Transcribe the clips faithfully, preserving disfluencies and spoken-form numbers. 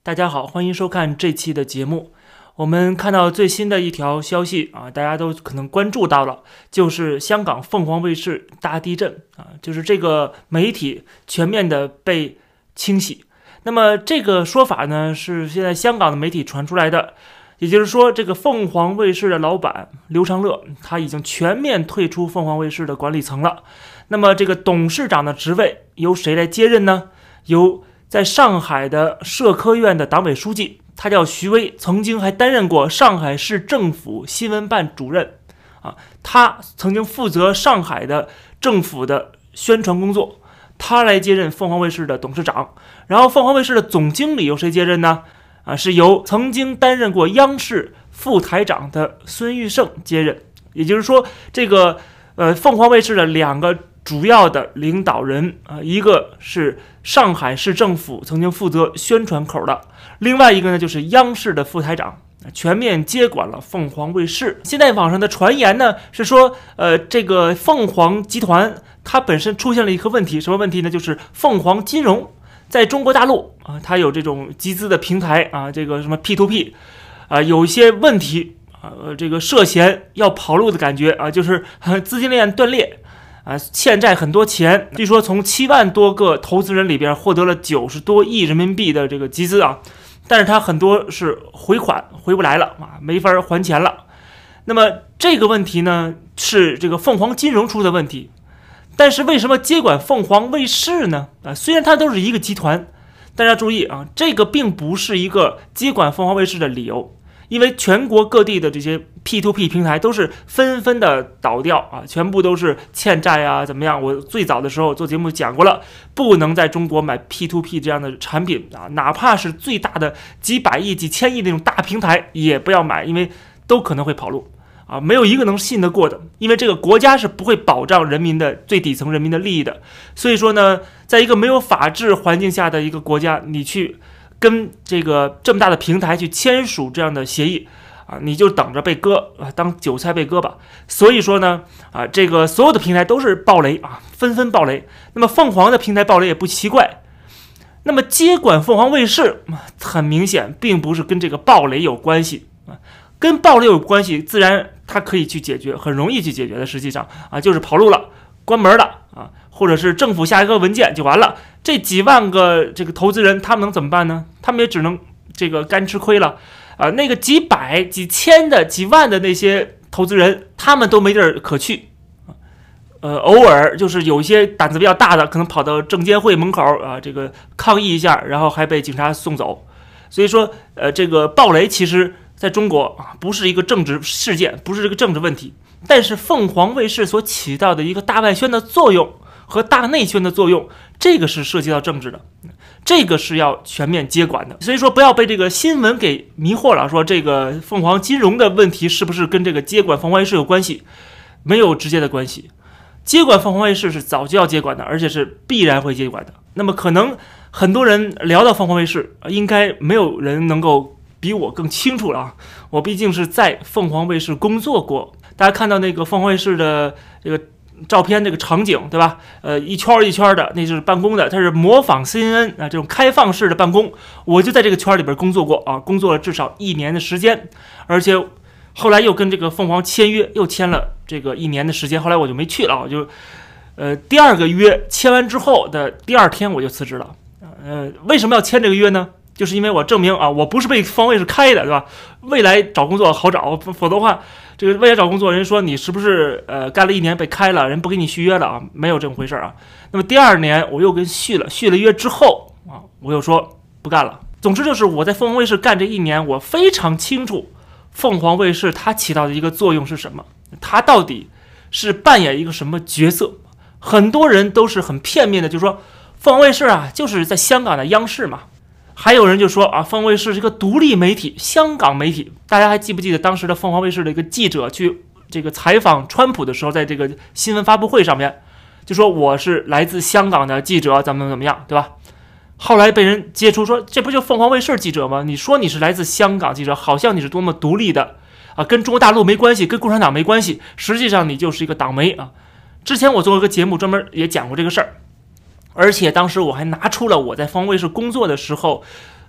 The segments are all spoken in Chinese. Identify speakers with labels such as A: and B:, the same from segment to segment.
A: 大家好，欢迎收看这期的节目。我们看到最新的一条消息啊，大家都可能关注到了，就是香港凤凰卫视大地震啊，就是这个媒体全面的被清洗。那么这个说法呢，是现在香港的媒体传出来的，也就是说，这个凤凰卫视的老板刘长乐他已经全面退出凤凰卫视的管理层了。那么这个董事长的职位由谁来接任呢？由在上海的社科院的党委书记，他叫徐威，曾经还担任过上海市政府新闻办主任啊，他曾经负责上海的政府的宣传工作，他来接任凤凰卫视的董事长。然后凤凰卫视的总经理由谁接任呢？啊，是由曾经担任过央视副台长的孙玉胜接任。也就是说，这个呃凤凰卫视的两个主要的领导人啊，一个是上海市政府曾经负责宣传口的，另外一个呢就是央视的副台长，全面接管了凤凰卫视。现在网上的传言呢是说，呃，这个凤凰集团它本身出现了一个问题，什么问题呢？就是凤凰金融在中国大陆啊，它有这种集资的平台啊，这个什么 P to P 啊，有一些问题啊，这个涉嫌要跑路的感觉啊，就是资金链断裂。啊，欠债很多钱，据说从七万多个投资人里边获得了九十多亿人民币的这个集资啊，但是他很多是回款回不来了啊，没法还钱了。那么这个问题呢，是这个凤凰金融出的问题，但是为什么接管凤凰卫视呢？啊，虽然它都是一个集团，大家注意啊，这个并不是一个接管凤凰卫视的理由。因为全国各地的这些 P to P 平台都是纷纷的倒掉啊，全部都是欠债啊，怎么样？我最早的时候做节目讲过了，不能在中国买 P to P 这样的产品啊，哪怕是最大的几百亿、几千亿那种大平台也不要买，因为都可能会跑路啊，没有一个能信得过的，因为这个国家是不会保障人民的最底层人民的利益的。所以说呢，在一个没有法治环境下的一个国家，你去跟这个这么大的平台去签署这样的协议啊，你就等着被割啊，当韭菜被割吧。所以说呢，啊，这个所有的平台都是爆雷啊，纷纷爆雷。那么凤凰的平台爆雷也不奇怪。那么接管凤凰卫视，很明显并不是跟这个爆雷有关系啊，跟爆雷有关系，自然它可以去解决，很容易去解决的。实际上啊，就是跑路了，关门了啊，或者是政府下一个文件就完了。这几万个这个投资人，他们能怎么办呢？他们也只能这个干吃亏了啊！那个几百、几千的、几万的那些投资人，他们都没地儿可去啊。呃，偶尔就是有一些胆子比较大的，可能跑到证监会门口啊，这个抗议一下，然后还被警察送走。所以说，呃，这个暴雷其实在中国啊，不是一个政治事件，不是这个政治问题，但是凤凰卫视所起到的一个大外宣的作用和大内宣的作用，这个是涉及到政治的，这个是要全面接管的。所以说不要被这个新闻给迷惑了，说这个凤凰金融的问题是不是跟这个接管凤凰卫视有关系？没有直接的关系。接管凤凰卫视是早就要接管的，而且是必然会接管的。那么可能很多人聊到凤凰卫视，应该没有人能够比我更清楚了啊！我毕竟是在凤凰卫视工作过，大家看到那个凤凰卫视的这个照片，这个场景对吧？呃，一圈一圈的，那是办公的，它是模仿 C N N 啊这种开放式的办公。我就在这个圈里边工作过啊，工作了至少一年的时间，而且后来又跟这个凤凰签约，又签了这个一年的时间。后来我就没去了，我就呃第二个约签完之后的第二天我就辞职了。呃，为什么要签这个约呢？就是因为我证明啊，我不是被凤凰卫视开的，对吧？未来找工作好找，否则的话，这个未来找工作人说你是不是呃干了一年被开了，人不给你续约了啊？没有这么回事啊。那么第二年我又跟续了，续了约之后啊，我又说不干了。总之就是我在凤凰卫视干这一年，我非常清楚凤凰卫视它起到的一个作用是什么，它到底是扮演一个什么角色。很多人都是很片面的，就说凤凰卫视啊就是在香港的央视嘛。还有人就说啊，凤凰卫视是一个独立媒体，香港媒体。大家还记不记得当时的凤凰卫视的一个记者去这个采访川普的时候，在这个新闻发布会上面就说我是来自香港的记者，怎么怎么样，对吧？后来被人揭出说，这不就凤凰卫视记者吗？你说你是来自香港记者，好像你是多么独立的啊，跟中国大陆没关系，跟共产党没关系，实际上你就是一个党媒啊。之前我做过一个节目，专门也讲过这个事儿。而且当时我还拿出了我在凤凰卫视工作的时候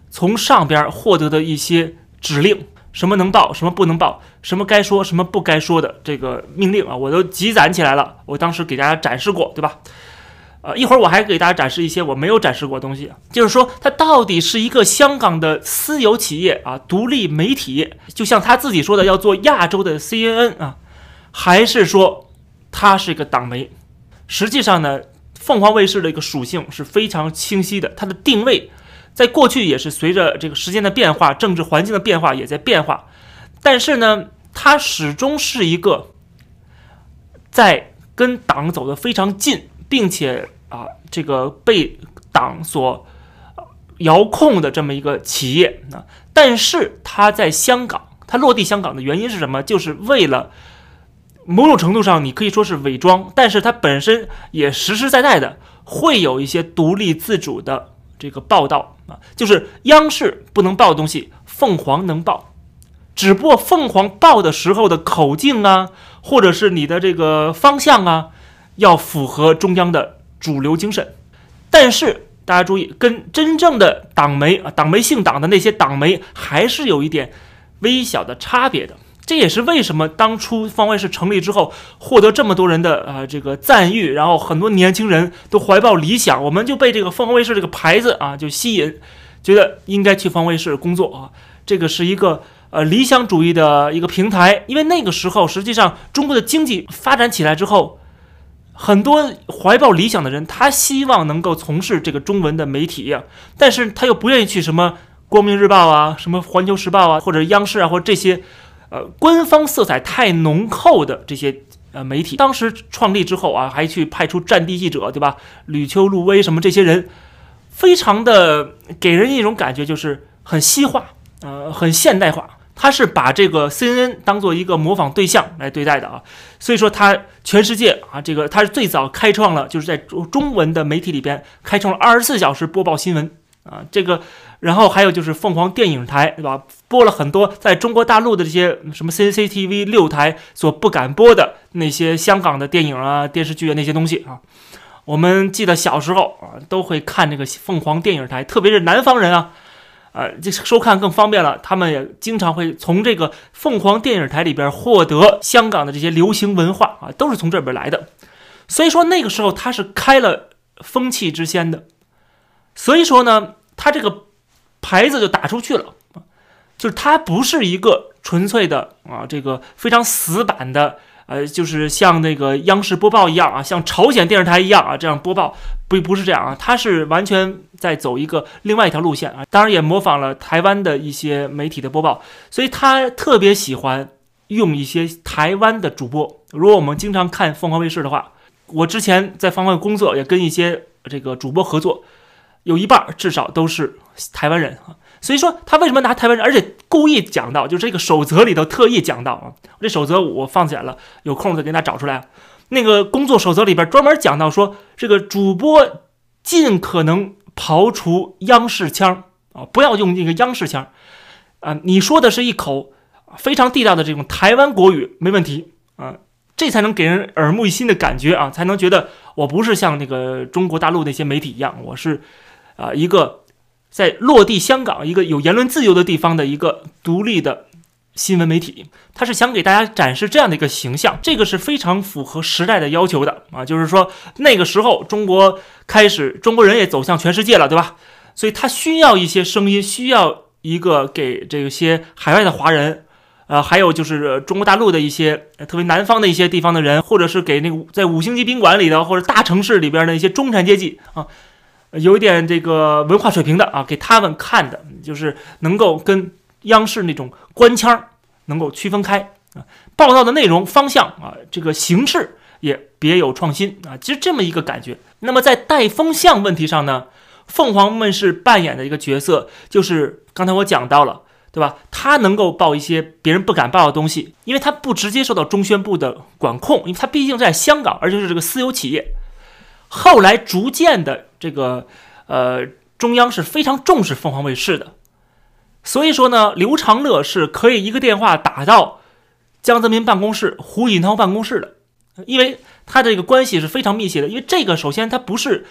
A: 从上边获得的一些指令，什么能报，什么不能报，什么该说，什么不该说的这个命令啊，我都积攒起来了。我当时给大家展示过，对吧？呃，一会儿我还给大家展示一些我没有展示过的东西，就是说它到底是一个香港的私有企业啊，独立媒体，就像他自己说的要做亚洲的 C N N 啊，还是说它是一个党媒？实际上呢，凤凰卫视的一个属性是非常清晰的，它的定位在过去也是随着这个时间的变化，政治环境的变化也在变化，但是呢，它始终是一个在跟党走得非常近，并且啊，这个被党所遥控的这么一个企业啊，但是它在香港，它落地香港的原因是什么？就是为了某种程度上你可以说是伪装，但是它本身也实实在在的会有一些独立自主的这个报道啊，就是央视不能报的东西，凤凰能报，只不过凤凰报的时候的口径啊，或者是你的这个方向啊，要符合中央的主流精神。但是大家注意，跟真正的党媒啊，党媒姓党的那些党媒还是有一点微小的差别的。这也是为什么当初凤凰卫视成立之后，获得这么多人的呃这个赞誉，然后很多年轻人都怀抱理想，我们就被这个凤凰卫视这个牌子啊就吸引，觉得应该去凤凰卫视工作啊。这个是一个呃理想主义的一个平台，因为那个时候实际上中国的经济发展起来之后，很多怀抱理想的人，他希望能够从事这个中文的媒体啊，但是他又不愿意去什么光明日报啊、什么环球时报啊，或者央视啊，或者这些呃官方色彩太浓厚的这些呃媒体。当时创立之后啊，还去派出战地记者，对吧？吕秋、陆威什么这些人，非常的给人一种感觉，就是很西化，呃，很现代化。他是把这个 C N N 当做一个模仿对象来对待的啊，所以说他全世界啊，这个他是最早开创了，就是在中文的媒体里边开创了二十四小时播报新闻啊，这个，然后还有就是凤凰电影台，对吧？播了很多在中国大陆的这些什么 C C T V 六台所不敢播的那些香港的电影啊、电视剧啊那些东西啊。我们记得小时候啊，都会看这个凤凰电影台，特别是南方人啊。呃，这收看更方便了，他们也经常会从这个凤凰电影台里边获得香港的这些流行文化啊，都是从这边来的。所以说那个时候他是开了风气之先的，所以说呢，他这个牌子就打出去了，就是他不是一个纯粹的啊，这个非常死板的。呃，就是像那个央视播报一样啊，像朝鲜电视台一样啊，这样播报不不是这样啊，它是完全在走一个另外一条路线啊。当然也模仿了台湾的一些媒体的播报，所以他特别喜欢用一些台湾的主播。如果我们经常看凤凰卫视的话，我之前在凤凰工作也跟一些这个主播合作，有一半至少都是台湾人啊。所以说他为什么拿台湾人，而且故意讲到，就这个守则里头特意讲到啊，这守则我放起来了，有空再给大家找出来。那个工作守则里边专门讲到说，这个主播尽可能刨除央视腔啊，不要用那个央视腔啊，你说的是一口非常地道的这种台湾国语没问题啊，这才能给人耳目一新的感觉啊，才能觉得我不是像那个中国大陆那些媒体一样，我是啊一个。在落地香港一个有言论自由的地方的一个独立的新闻媒体，他是想给大家展示这样的一个形象，这个是非常符合时代的要求的啊，就是说那个时候中国开始，中国人也走向全世界了，对吧？所以他需要一些声音，需要一个给这些海外的华人，呃，还有就是中国大陆的一些特别南方的一些地方的人，或者是给那个在五星级宾馆里的或者大城市里边的一些中产阶级啊。有一点这个文化水平的啊，给他们看的，就是能够跟央视那种官腔能够区分开啊，报道的内容方向啊，这个形式也别有创新啊，其实这么一个感觉。那么在带风向问题上呢，凤凰卫视扮演的一个角色，就是刚才我讲到了，对吧？他能够报一些别人不敢报的东西，因为他不直接受到中宣部的管控，因为他毕竟在香港，而且是这个私有企业。后来逐渐的这个呃中央是非常重视凤凰卫视的，所以说呢，刘长乐是可以一个电话打到江泽民办公室、胡锦涛办公室的，因为他这个关系是非常密切的。因为这个首先他不是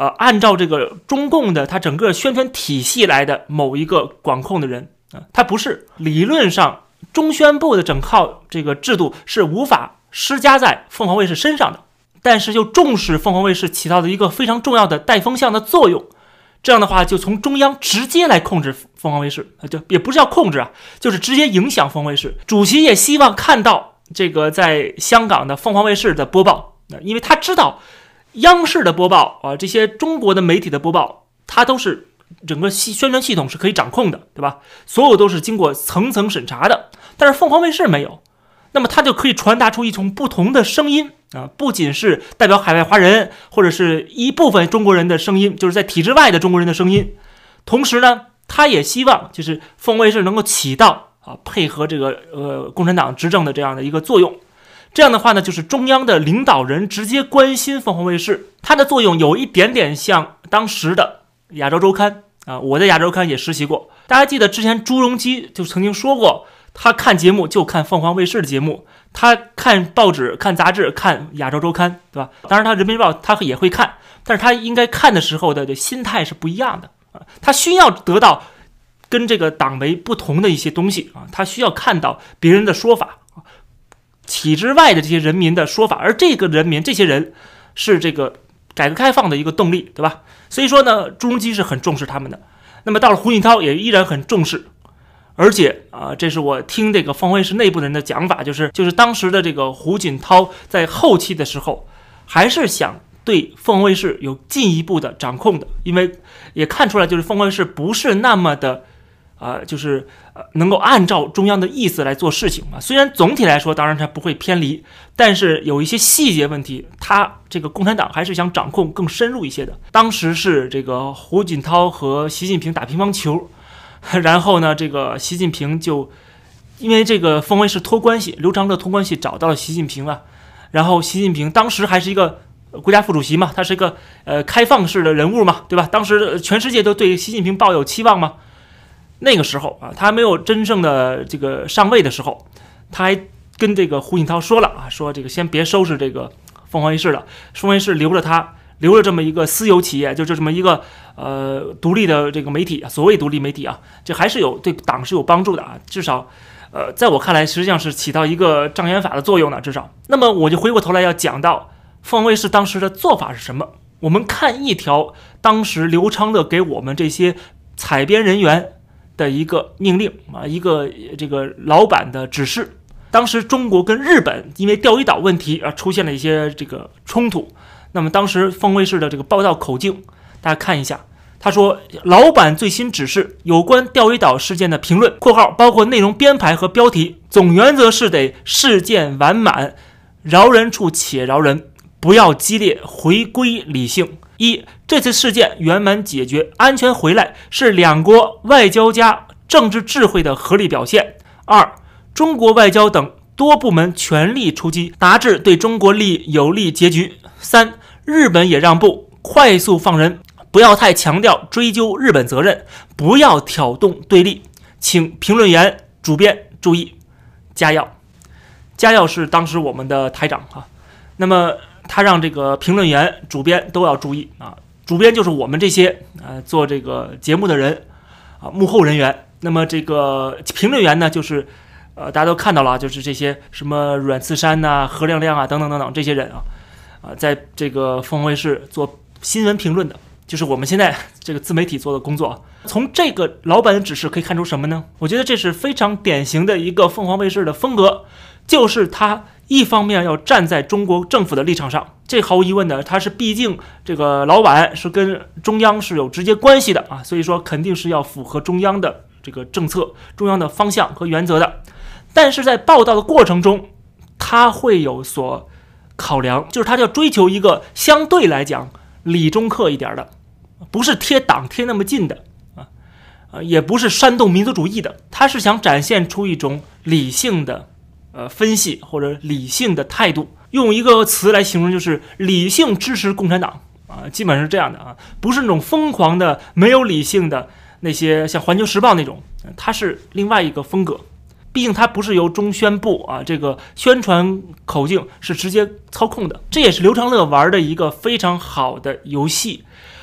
A: 呃按照这个中共的它整个宣传体系来的某一个管控的人啊、呃，他不是。理论上，中宣部的整套这个制度是无法施加在凤凰卫视身上的，但是又重视凤凰卫视起到的一个非常重要的带风向的作用。这样的话，就从中央直接来控制凤凰卫视，就也不是要控制啊，就是直接影响凤凰卫视。主席也希望看到这个在香港的凤凰卫视的播报，因为他知道央视的播报啊，这些中国的媒体的播报，它都是整个宣传系统是可以掌控的，对吧？所有都是经过层层审查的，但是凤凰卫视没有，那么它就可以传达出一种不同的声音。啊，不仅是代表海外华人或者是一部分中国人的声音，就是在体制外的中国人的声音，同时呢，他也希望就是凤凰卫视能够起到啊配合这个呃共产党执政的这样的一个作用。这样的话呢，就是中央的领导人直接关心凤凰卫视，它的作用有一点点像当时的亚洲周刊啊，我在亚洲周刊也实习过，大家记得之前朱镕基就曾经说过，他看节目就看凤凰卫视的节目。他看报纸、看杂志、看亚洲周刊，对吧？当然，他人民日报他也会看，但是他应该看的时候的心态是不一样的啊。他需要得到跟这个党媒不同的一些东西啊，他需要看到别人的说法，体制外的这些人民的说法，而这个人民、这些人是这个改革开放的一个动力，对吧？所以说呢，朱镕基是很重视他们的。那么到了胡锦涛也依然很重视。而且啊、呃，这是我听这个凤凰卫视内部的人的讲法，就是就是当时的这个胡锦涛在后期的时候，还是想对凤凰卫视有进一步的掌控的，因为也看出来就是凤凰卫视不是那么的，呃，就是呃能够按照中央的意思来做事情嘛。虽然总体来说，当然它不会偏离，但是有一些细节问题，它这个共产党还是想掌控更深入一些的。当时是这个胡锦涛和习近平打乒乓球。然后呢，这个习近平就因为这个凤凰卫视托关系，刘长乐托关系找到了习近平啊。然后习近平当时还是一个国家副主席嘛，他是一个呃开放式的人物嘛，对吧？当时全世界都对习近平抱有期望嘛。那个时候啊，他还没有真正的这个上位的时候，他还跟这个胡锦涛说了啊，说这个先别收拾这个凤凰卫视了，凤凰卫视留着他。留了这么一个私有企业，就这么一个呃独立的这个媒体，所谓独立媒体啊，这还是有对党是有帮助的啊，至少呃在我看来，实际上是起到一个障眼法的作用的，至少。那么我就回过头来要讲到凤凰卫视当时的做法是什么。我们看一条当时刘昌乐给我们这些采编人员的一个命令啊，一个这个老板的指示。当时中国跟日本因为钓鱼岛问题而出现了一些这个冲突。那么当时凤凰卫视的这个报道口径，大家看一下，他说老板最新指示有关钓鱼岛事件的评论（括号包括内容编排和标题）总原则是得事件完满，饶人处且饶人，不要激烈，回归理性。一，这次事件圆满解决，安全回来是两国外交家政治智慧的合理表现。二，中国外交等多部门全力出击，达至对中国利有利结局。三，日本也让步，快速放人，不要太强调追究日本责任，不要挑动对立，请评论员、主编注意。嘉耀，嘉耀是当时我们的台长哈，那么他让这个评论员、主编都要注意啊。主编就是我们这些呃做这个节目的人啊，幕后人员。那么这个评论员呢，就是呃大家都看到了，就是这些什么阮次山呐、何亮亮啊等等等等这些人啊。啊，在这个凤凰卫视做新闻评论的，就是我们现在这个自媒体做的工作。从这个老板的指示可以看出什么呢？我觉得这是非常典型的一个凤凰卫视的风格，就是他一方面要站在中国政府的立场上，这毫无疑问的，他是毕竟这个老板是跟中央是有直接关系的啊，所以说肯定是要符合中央的这个政策、中央的方向和原则的。但是在报道的过程中，他会有所考量，就是他要追求一个相对来讲理中客一点的，不是贴党贴那么近的啊，呃，也不是煽动民族主义的，他是想展现出一种理性的呃分析或者理性的态度。用一个词来形容，就是理性支持共产党啊，基本上是这样的啊，不是那种疯狂的没有理性的那些像《环球时报》那种，它是另外一个风格。毕竟它不是由中宣部啊，这个宣传口径是直接操控的，这也是刘长乐玩的一个非常好的游戏。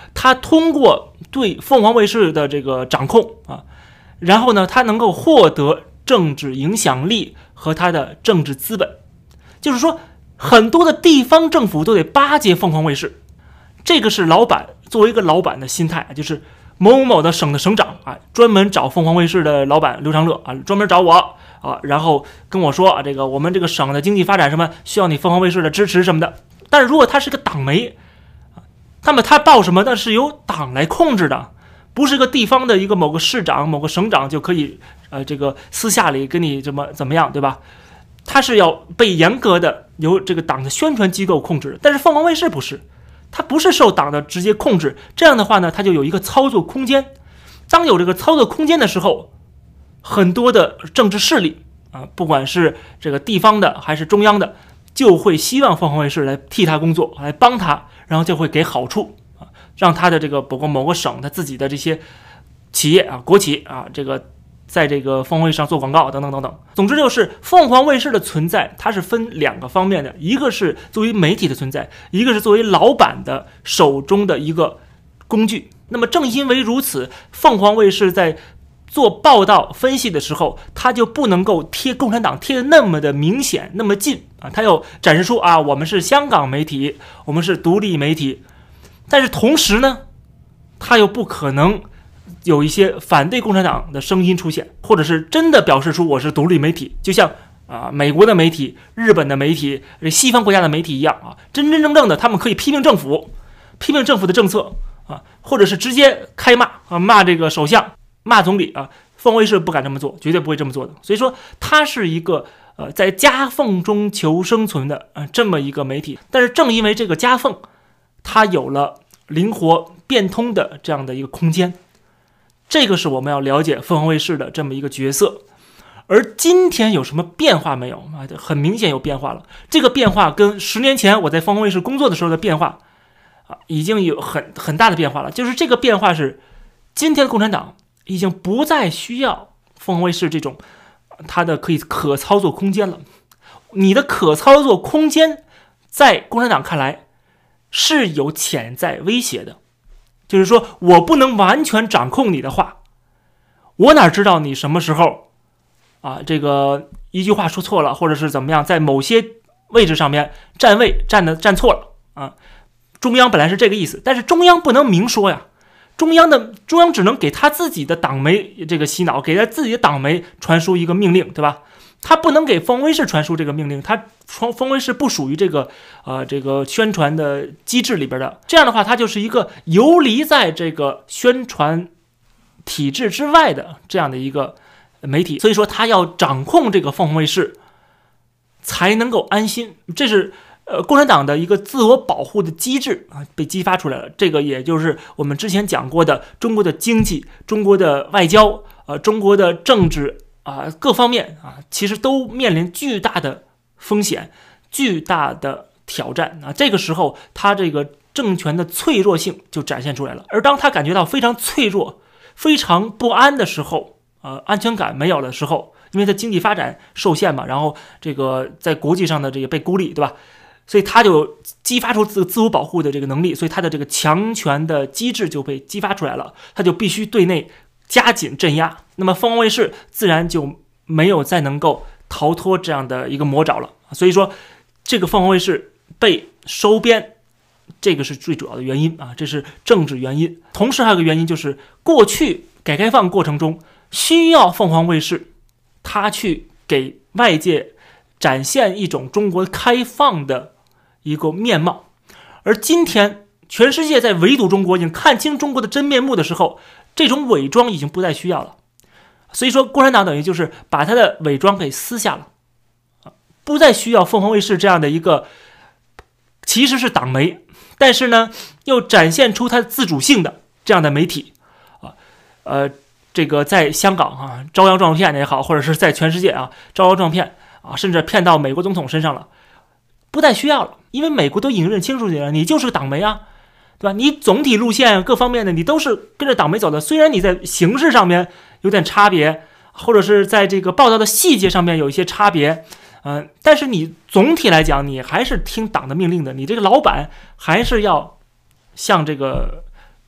A: 他通过对凤凰卫视的这个掌控啊，然后呢，他能够获得政治影响力和他的政治资本。就是说，很多的地方政府都得巴结凤凰卫视，这个是老板作为一个老板的心态，就是某某某的省的省长啊，专门找凤凰卫视的老板刘长乐啊，专门找我啊，然后跟我说啊，这个我们这个省的经济发展什么需要你凤凰卫视的支持什么的。但是如果他是个党媒，那么他报什么，那是由党来控制的，不是个地方的一个某个市长、某个省长就可以呃这个私下里跟你怎么怎么样，对吧？他是要被严格的由这个党的宣传机构控制。但是凤凰卫视不是，它不是受党的直接控制，这样的话呢，它就有一个操作空间。当有这个操作空间的时候，很多的政治势力啊，不管是这个地方的还是中央的，就会希望凤凰卫视来替他工作，来帮他，然后就会给好处啊，让他的这个包括某个省他自己的这些企业啊、国企啊，这个在这个凤凰卫视上做广告等等等等。总之就是凤凰卫视的存在，它是分两个方面的，一个是作为媒体的存在，一个是作为老板的手中的一个工具。那么正因为如此，凤凰卫视在做报道分析的时候，他就不能够贴共产党贴的那么的明显那么近啊，他要展示出啊我们是香港媒体，我们是独立媒体。但是同时呢，他又不可能有一些反对共产党的声音出现，或者是真的表示出我是独立媒体，就像啊美国的媒体、日本的媒体、西方国家的媒体一样啊，真真正正的他们可以批评政府，批评政府的政策啊，或者是直接开骂啊，骂这个首相、骂总理啊。凤凰卫视不敢这么做，绝对不会这么做的。所以说，它是一个呃在夹缝中求生存的呃这么一个媒体。但是正因为这个夹缝，它有了灵活变通的这样的一个空间。这个是我们要了解凤凰卫视的这么一个角色。而今天有什么变化没有啊？很明显有变化了。这个变化跟十年前我在凤凰卫视工作的时候的变化啊，已经有很很大的变化了。就是这个变化是，今天的共产党已经不再需要凤凰卫视这种它的可以可操作空间了。你的可操作空间在共产党看来是有潜在威胁的，就是说我不能完全掌控你的话，我哪知道你什么时候啊这个一句话说错了，或者是怎么样，在某些位置上面站位站的站错了啊。中央本来是这个意思，但是中央不能明说呀。中央的中央只能给他自己的党媒这个洗脑，给他自己的党媒传输一个命令，对吧？他不能给凤凰卫视传输这个命令，他凤凰卫视不属于这个呃这个宣传的机制里边的。这样的话，它就是一个游离在这个宣传体制之外的这样的一个媒体。所以说，他要掌控这个凤凰卫视，才能够安心。这是呃，共产党的一个自我保护的机制啊，被激发出来了。这个也就是我们之前讲过的，中国的经济、中国的外交、呃，中国的政治啊，各方面啊，其实都面临巨大的风险、巨大的挑战啊。这个时候，他这个政权的脆弱性就展现出来了。而当他感觉到非常脆弱、非常不安的时候，呃，安全感没有的时候，因为他经济发展受限嘛，然后这个在国际上的这个被孤立，对吧？所以他就激发出自自我保护的这个能力，所以他的这个强权的机制就被激发出来了，他就必须对内加紧镇压。那么凤凰卫视自然就没有再能够逃脱这样的一个魔爪了。所以说，这个凤凰卫视被收编，这个是最主要的原因啊，这是政治原因。同时还有个原因就是，过去改革开放过程中需要凤凰卫视，他去给外界展现一种中国开放的一个面貌。而今天全世界在围堵中国，已经看清中国的真面目的时候，这种伪装已经不再需要了。所以说，共产党等于就是把他的伪装给撕下了，不再需要凤凰卫视这样的一个其实是党媒，但是呢又展现出它自主性的这样的媒体啊，呃，这个在香港啊招摇撞骗也好，或者是在全世界啊招摇撞骗啊，甚至骗到美国总统身上了，不再需要了，因为美国都隐认清楚了，你就是个党媒啊，对吧？你总体路线各方面的你都是跟着党媒走的，虽然你在形式上面有点差别，或者是在这个报道的细节上面有一些差别，嗯、呃，但是你总体来讲，你还是听党的命令的，你这个老板还是要向这个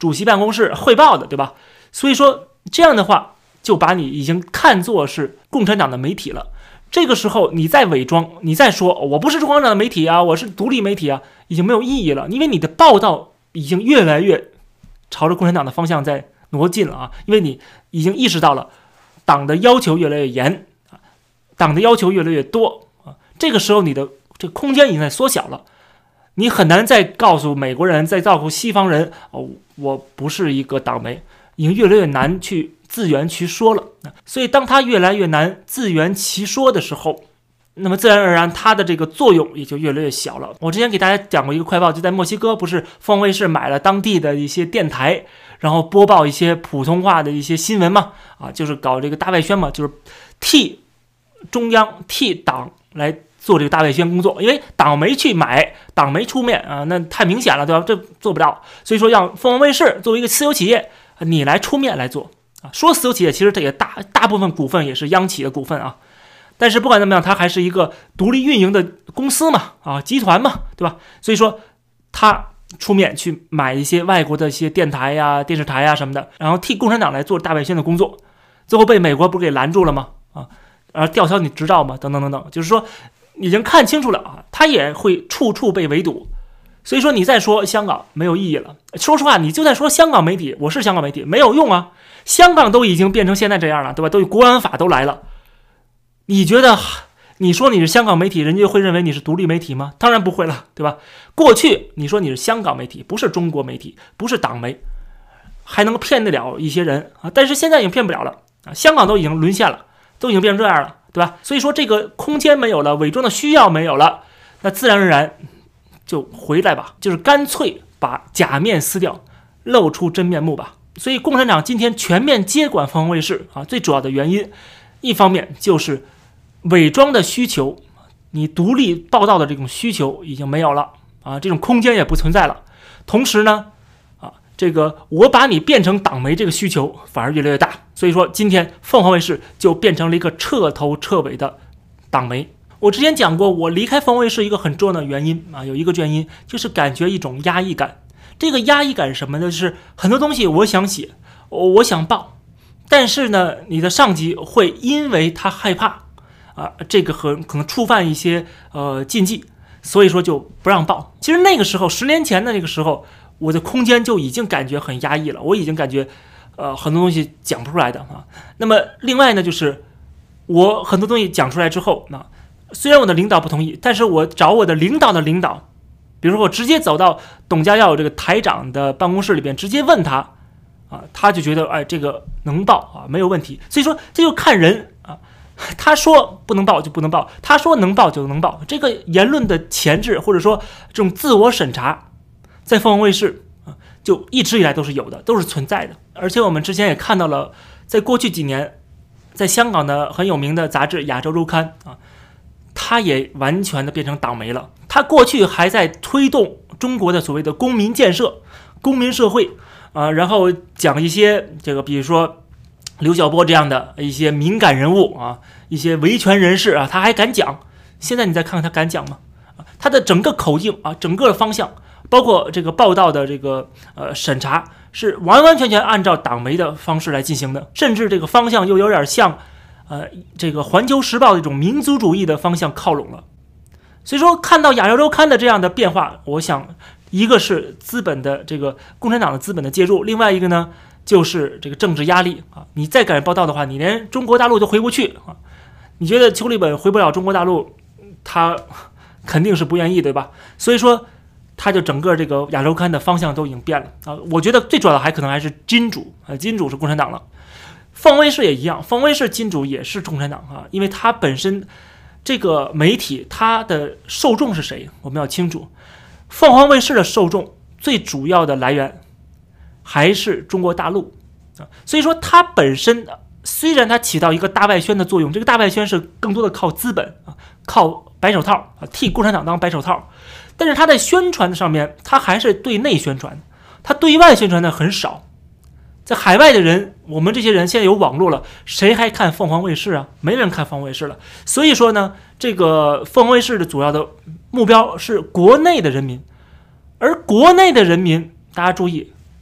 A: 主席办公室汇报的，对吧？所以说这样的话，就把你已经看作是共产党的媒体了。这个时候你再伪装，你再说我不是共产党的媒体啊，我是独立媒体啊，已经没有意义了，因为你的报道已经越来越朝着共产党的方向在挪进了啊，因为你已经意识到了党的要求越来越严，党的要求越来越多啊，这个时候你的这个空间已经在缩小了，你很难再告诉美国人，再告诉西方人，哦，我不是一个党媒，已经越来越难去自圆其说了。所以当它越来越难自圆其说的时候，那么自然而然它的这个作用也就越来越小了。我之前给大家讲过一个快报，就在墨西哥，不是凤凰卫视买了当地的一些电台，然后播报一些普通话的一些新闻嘛，啊，就是搞这个大外宣嘛，就是替中央替党来做这个大外宣工作，因为党媒去买，党媒出面啊，那太明显了，对吧？这做不到，所以说让凤凰卫视作为一个私有企业，你来出面来做啊。说私有企业，其实这也大大部分股份也是央企的股份啊。但是不管怎么样，它还是一个独立运营的公司嘛，啊，集团嘛，对吧？所以说它出面去买一些外国的一些电台呀、电视台呀什么的，然后替共产党来做大外宣的工作，最后被美国不是给拦住了吗？啊，然后吊销你执照嘛，等等等等，就是说已经看清楚了啊，它也会处处被围堵。所以说你再说香港没有意义了，说实话，你就在说香港媒体，我是香港媒体没有用啊，香港都已经变成现在这样了，对吧？都有国安法都来了。你觉得你说你是香港媒体，人家会认为你是独立媒体吗？当然不会了，对吧？过去你说你是香港媒体，不是中国媒体，不是党媒，还能骗得了一些人啊，但是现在已经骗不了了啊！香港都已经沦陷了，都已经变成这样了，对吧？所以说这个空间没有了，伪装的需要没有了，那自然而然就回来吧，就是干脆把假面撕掉，露出真面目吧。所以共产党今天全面接管凤凰卫视啊，最主要的原因，一方面就是伪装的需求，你独立报道的这种需求已经没有了啊，这种空间也不存在了。同时呢，啊，这个我把你变成党媒这个需求反而越来越大，所以说今天凤凰卫视就变成了一个彻头彻尾的党媒。我之前讲过，我离开凤凰卫视一个很重要的原因啊，有一个原因就是感觉一种压抑感。这个压抑感是什么呢？就是很多东西我想写，我想报，但是呢，你的上级会因为他害怕啊，这个很可能触犯一些呃禁忌，所以说就不让报。其实那个时候，十年前的那个时候，我的空间就已经感觉很压抑了，我已经感觉呃很多东西讲不出来的啊。那么另外呢，就是我很多东西讲出来之后，那虽然我的领导不同意，但是我找我的领导的领导。比如说我直接走到董家耀这个台长的办公室里边，直接问他啊，他就觉得哎这个能报啊，没有问题。所以说这就看人啊，他说不能报就不能报，他说能报就能报。这个言论的前置或者说这种自我审查，在凤凰卫视啊就一直以来都是有的，都是存在的。而且我们之前也看到了，在过去几年，在香港的很有名的杂志《亚洲周刊》啊。他也完全的变成党媒了。他过去还在推动中国的所谓的公民建设、公民社会啊、呃，然后讲一些这个，比如说刘晓波这样的一些敏感人物啊，一些维权人士啊，他还敢讲。现在你再看看他敢讲吗？啊，他的整个口径啊，整个方向，包括这个报道的这个呃审查，是完完全全按照党媒的方式来进行的，甚至这个方向又有点像。呃，这个《环球时报》的一种民族主义的方向靠拢了，所以说看到《亚洲周刊》的这样的变化，我想一个是资本的这个共产党的资本的介入，另外一个呢就是这个政治压力啊。你再敢报道的话，你连中国大陆都回不去啊。你觉得邱立本回不了中国大陆，他肯定是不愿意，对吧？所以说，他就整个这个《亚洲周刊》的方向都已经变了啊。我觉得最主要的还可能还是金主啊，金主是共产党了。凤凰卫视也一样，凤凰卫视金主也是共产党啊，因为它本身这个媒体它的受众是谁，我们要清楚。凤凰卫视的受众最主要的来源还是中国大陆啊，所以说它本身虽然它起到一个大外宣的作用，这个大外宣是更多的靠资本啊，靠白手套啊，替共产党当白手套，但是它在宣传上面，它还是对内宣传，它对外宣传的很少。在海外的人，我们这些人现在有网络了，谁还看凤凰卫视啊？没人看凤凰卫视了。所以说呢，这个凤凰卫视的主要的目标是国内的人民，而国内的人民，大家注意，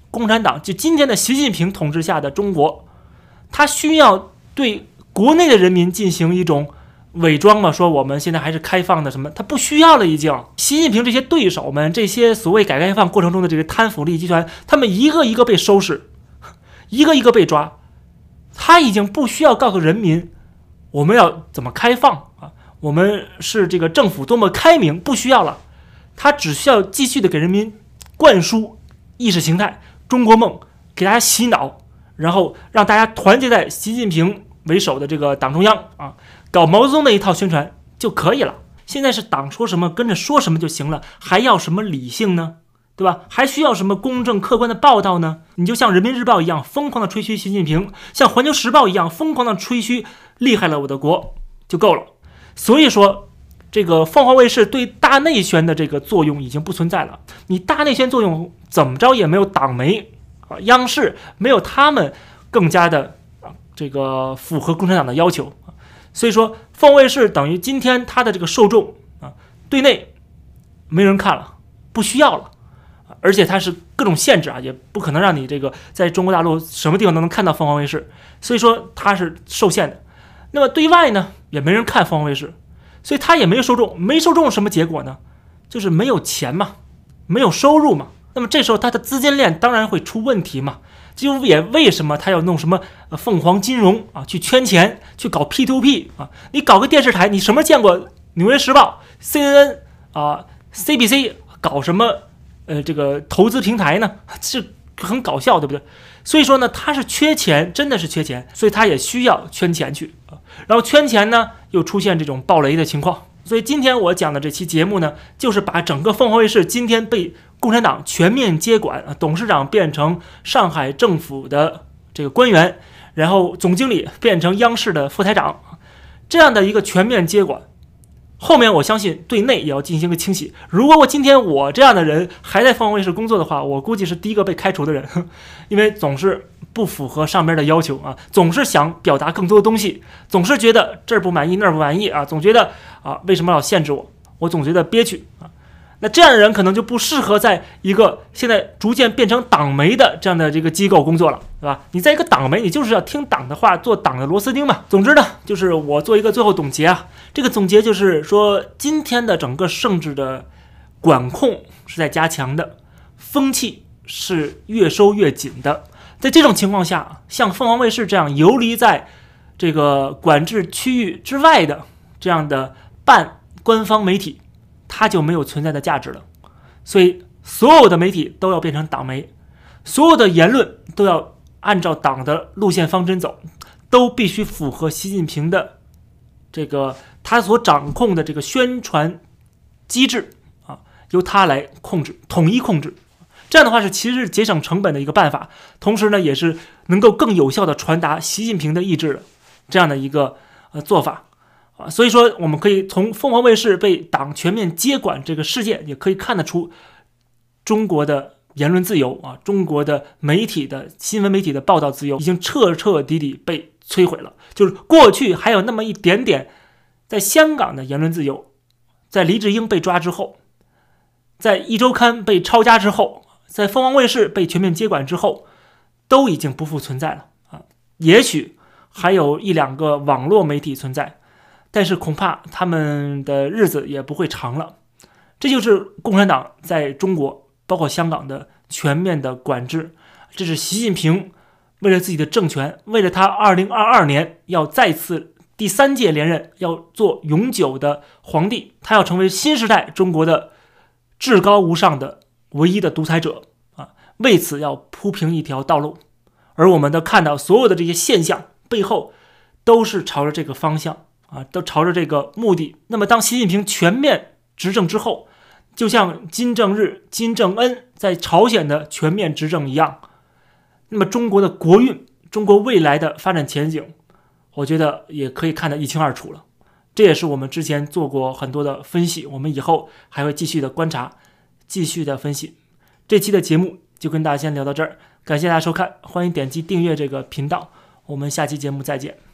A: 共产党，就今天的习近平统治下的中国，他需要对国内的人民进行一种伪装嘛，说我们现在还是开放的什么，他不需要了已经。习近平这些对手们，这些所谓改革开放过程中的这个贪腐利益集团，他们一个一个被收拾，一个一个被抓，他已经不需要告诉人民我们要怎么开放啊，我们是这个政府多么开明，不需要了，他只需要继续的给人民灌输意识形态、中国梦，给大家洗脑，然后让大家团结在习近平为首的这个党中央啊，搞毛泽东的一套宣传就可以了。现在是党说什么跟着说什么就行了，还要什么理性呢？对吧？还需要什么公正客观的报道呢？你就像人民日报一样疯狂的吹嘘习近平，像环球时报一样疯狂的吹嘘厉害了我的国就够了。所以说这个凤凰卫视对大内宣的这个作用已经不存在了，你大内宣作用怎么着也没有党媒啊、央视没有他们更加的啊这个符合共产党的要求。所以说凤凰卫视等于今天它的这个受众啊，对内没人看了，不需要了，而且它是各种限制啊，也不可能让你这个在中国大陆什么地方都能看到凤凰卫视，所以说它是受限的。那么对外呢，也没人看凤凰卫视，所以它也没有受众，没受众什么结果呢？就是没有钱嘛，没有收入嘛。那么这时候它的资金链当然会出问题嘛。就也为什么他要弄什么凤凰金融啊，去圈钱，去搞 P to P 啊？你搞个电视台，你什么见过？纽约时报、C N N 啊、C B C 搞什么呃这个投资平台呢？这很搞笑，对不对？所以说呢，他是缺钱，真的是缺钱，所以他也需要圈钱去啊。然后圈钱呢，又出现这种暴雷的情况。所以今天我讲的这期节目呢，就是把整个凤凰卫视今天被共产党全面接管，董事长变成上海政府的这个官员，然后总经理变成央视的副台长，这样的一个全面接管，后面我相信对内也要进行一个清洗。如果我今天我这样的人还在凤凰卫视工作的话，我估计是第一个被开除的人，因为总是不符合上边的要求啊，总是想表达更多的东西，总是觉得这儿不满意那儿不满意啊，总觉得啊为什么要限制我，我总觉得憋屈啊。那这样的人可能就不适合在一个现在逐渐变成党媒的这样的这个机构工作了，对吧？你在一个党媒，你就是要听党的话，做党的螺丝钉嘛。总之呢，就是我做一个最后总结啊，这个总结就是说，今天的整个政治的管控是在加强的，风气是越收越紧的。在这种情况下，像凤凰卫视这样游离在这个管制区域之外的这样的半官方媒体，它就没有存在的价值了。所以所有的媒体都要变成党媒，所有的言论都要按照党的路线方针走，都必须符合习近平的这个他所掌控的这个宣传机制啊，由他来控制，统一控制。这样的话是其实是节省成本的一个办法，同时呢也是能够更有效的传达习近平的意志的这样的一个呃做法啊。所以说我们可以从凤凰卫视被党全面接管这个事件，也可以看得出中国的言论自由啊，中国的媒体的新闻媒体的报道自由已经彻彻底底被摧毁了。就是过去还有那么一点点在香港的言论自由，在黎智英被抓之后，在一周刊被抄家之后，在凤凰卫视被全面接管之后，都已经不复存在了啊。也许还有一两个网络媒体存在，但是恐怕他们的日子也不会长了。这就是共产党在中国包括香港的全面的管制，这是习近平为了自己的政权，为了他二零二二年要再次第三届连任，要做永久的皇帝，他要成为新时代中国的至高无上的唯一的独裁者啊，为此要铺平一条道路。而我们的看到所有的这些现象背后都是朝着这个方向啊，都朝着这个目的。那么当习近平全面执政之后，就像金正日、金正恩在朝鲜的全面执政一样，那么中国的国运、中国未来的发展前景，我觉得也可以看得一清二楚了。这也是我们之前做过很多的分析，我们以后还会继续的观察，继续的分析。这期的节目就跟大家先聊到这儿，感谢大家收看，欢迎点击订阅这个频道，我们下期节目再见。